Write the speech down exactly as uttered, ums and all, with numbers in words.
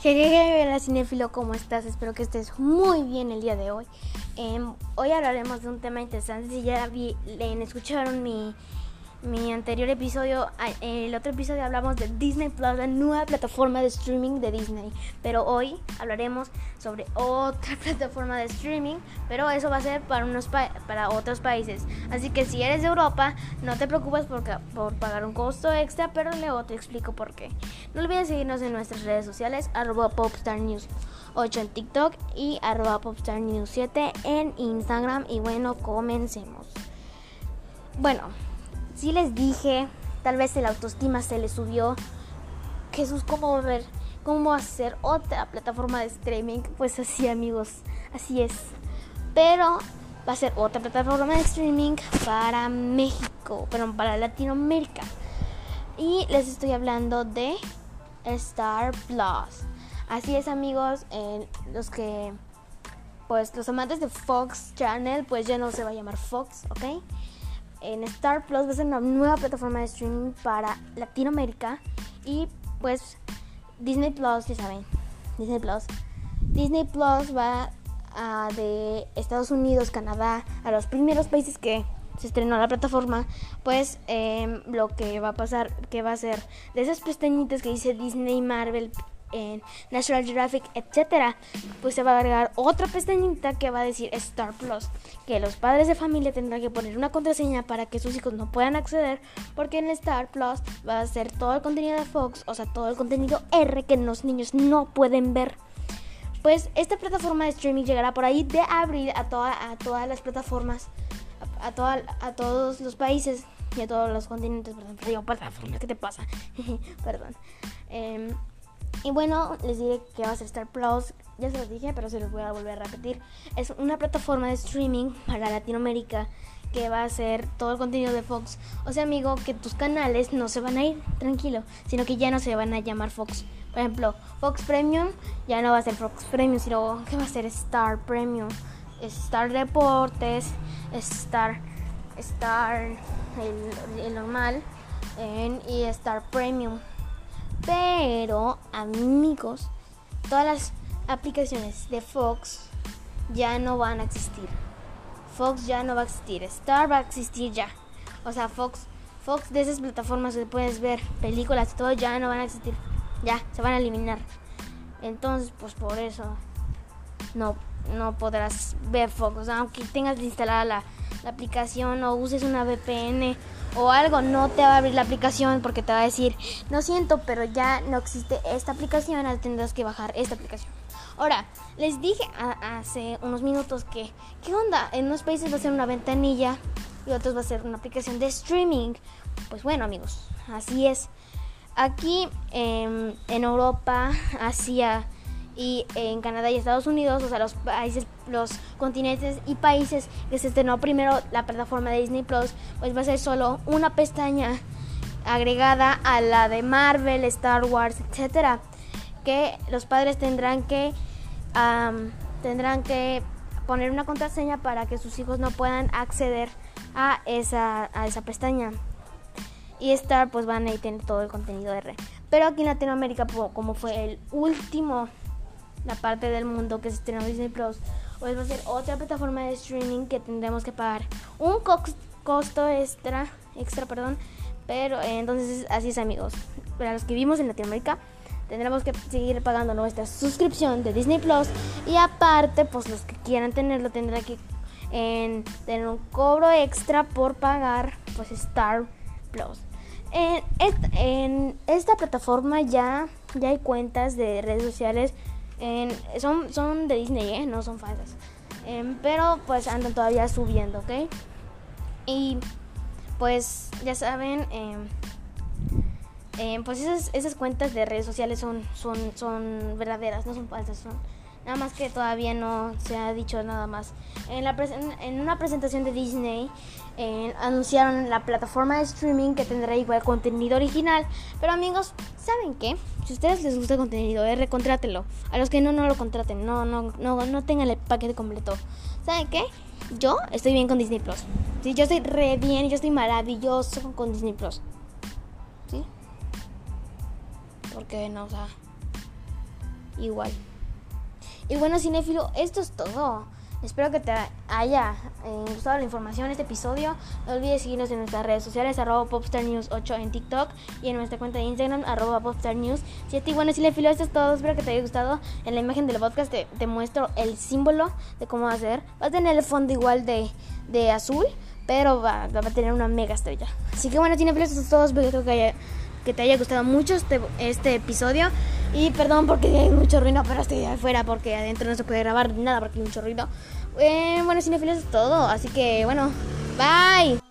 Jejeje, hola cinéfilo, ¿cómo estás? Espero que estés muy bien el día de hoy. Eh, hoy hablaremos de un tema interesante. Si ya vi, le, escucharon mi, mi anterior episodio, en el otro episodio hablamos de Disney Plus, la nueva plataforma de streaming de Disney. Pero hoy hablaremos sobre otra plataforma de streaming, pero eso va a ser para, unos pa- para otros países. Así que si eres de Europa, no te preocupes por, por pagar un costo extra, pero luego te explico por qué. No olvides seguirnos en nuestras redes sociales, arroba popstarnews ocho en TikTok y arroba popstarnews siete en Instagram. Y bueno, comencemos. Bueno, si les dije, tal vez el autoestima se les subió. Jesús, ¿cómo va a ver? ¿Cómo va a ser otra plataforma de streaming? Pues así, amigos, así es. Pero va a ser otra plataforma de streaming para México, pero para Latinoamérica. Y les estoy hablando de Star Plus. Así es, amigos, eh, los que, pues los amantes de Fox Channel, pues ya no se va a llamar Fox, ¿ok? En Star Plus va a ser una nueva plataforma de streaming para Latinoamérica. Y pues Disney Plus, ya saben, Disney Plus. Disney Plus va a de Estados Unidos, Canadá, a los primeros países que se estrenó la plataforma. Pues eh, lo que va a pasar, que va a ser de esas pestañitas que dice Disney, Marvel, en National Geographic, etcétera, pues se va a agregar otra pestañita que va a decir Star Plus, que los padres de familia tendrán que poner una contraseña para que sus hijos no puedan acceder, porque en Star Plus va a ser todo el contenido de Fox, o sea, todo el contenido R que los niños no pueden ver. Pues esta plataforma de streaming llegará por ahí de abril a, toda, a todas las plataformas, a, a, toda, a todos los países y a todos los continentes. Perdón, pero digo plataformas, ¿qué te pasa? Perdón. Eh, Y bueno, les diré que va a ser Star Plus. Ya se los dije, pero se los voy a volver a repetir. Es una plataforma de streaming para Latinoamérica que va a ser todo el contenido de Fox. O sea, amigo, que tus canales no se van a ir, tranquilo, sino que ya no se van a llamar Fox. Por ejemplo, Fox Premium ya no va a ser Fox Premium, sino que va a ser Star Premium, Star Deportes, Star, Star el, el normal en, y Star Premium. Pero, amigos, todas las aplicaciones de Fox ya no van a existir. Fox ya no va a existir. Star va a existir ya. O sea, Fox, Fox de esas plataformas donde puedes ver películas y todo ya no van a existir. Ya, se van a eliminar. Entonces, pues por eso no, no podrás ver Fox. O sea, aunque tengas instalada la, la aplicación o uses una V P N o algo, no te va a abrir la aplicación porque te va a decir, no siento, pero ya no existe esta aplicación, tendrás que bajar esta aplicación. Ahora, les dije a, hace unos minutos que, ¿qué onda? En unos países va a ser una ventanilla y otros va a ser una aplicación de streaming. Pues bueno, amigos, así es. Aquí eh, en Europa, Asia y en Canadá y Estados Unidos, o sea, los países, los continentes y países que se estrenó primero la plataforma de Disney Plus, pues va a ser solo una pestaña agregada a la de Marvel, Star Wars, etcétera, que los padres tendrán que um, tendrán que poner una contraseña para que sus hijos no puedan acceder a esa a esa pestaña. Y Star, pues van a tener todo el contenido R. Pero aquí en Latinoamérica, como fue el último la parte del mundo que se estrenó Disney Plus, pues va a ser otra plataforma de streaming que tendremos que pagar un co- costo extra, extra, perdón, pero eh, entonces así es, amigos. Para los que vivimos en Latinoamérica tendremos que seguir pagando nuestra suscripción de Disney Plus, y aparte, pues los que quieran tenerlo tendrán que eh, tener un cobro extra por pagar pues Star Plus. En esta, en esta plataforma ya, ya hay cuentas de redes sociales. En, son, son de Disney, ¿eh? No son falsas, eh, pero pues andan todavía subiendo, ¿ok? Y pues ya saben, eh, eh, pues esas, esas cuentas de redes sociales son, son, son verdaderas, no son falsas, son nada más que todavía no se ha dicho nada más. En, la presen- en una presentación de Disney eh, anunciaron la plataforma de streaming que tendrá igual contenido original. Pero, amigos, ¿saben qué? Si a ustedes les gusta el contenido R, contrátelo. A los que no, no lo contraten. No, no, no, no tengan el paquete completo. ¿Saben qué? Yo estoy bien con Disney Plus. Sí, yo estoy re bien, yo estoy maravilloso con Disney Plus. ¿Sí? Porque no, o sea, igual. Y bueno, cinéfilo, esto es todo. Espero que te haya eh, gustado la información de este episodio. No olvides seguirnos en nuestras redes sociales, arroba popstarnews ocho en TikTok y en nuestra cuenta de Instagram, arroba popstarnews siete. Y bueno, cinéfilo, esto es todo. Espero que te haya gustado. En la imagen del podcast te, te muestro el símbolo de cómo va a ser. Va a tener el fondo igual de, de azul, pero va, va a tener una mega estrella. Así que bueno, cinéfilos, esto es todo. Espero que, haya, que te haya gustado mucho este, este episodio. Y perdón porque hay mucho ruido, pero estoy de afuera porque adentro no se puede grabar nada porque hay mucho ruido. Eh, bueno, cinéfilos, es todo. Así que bueno, bye.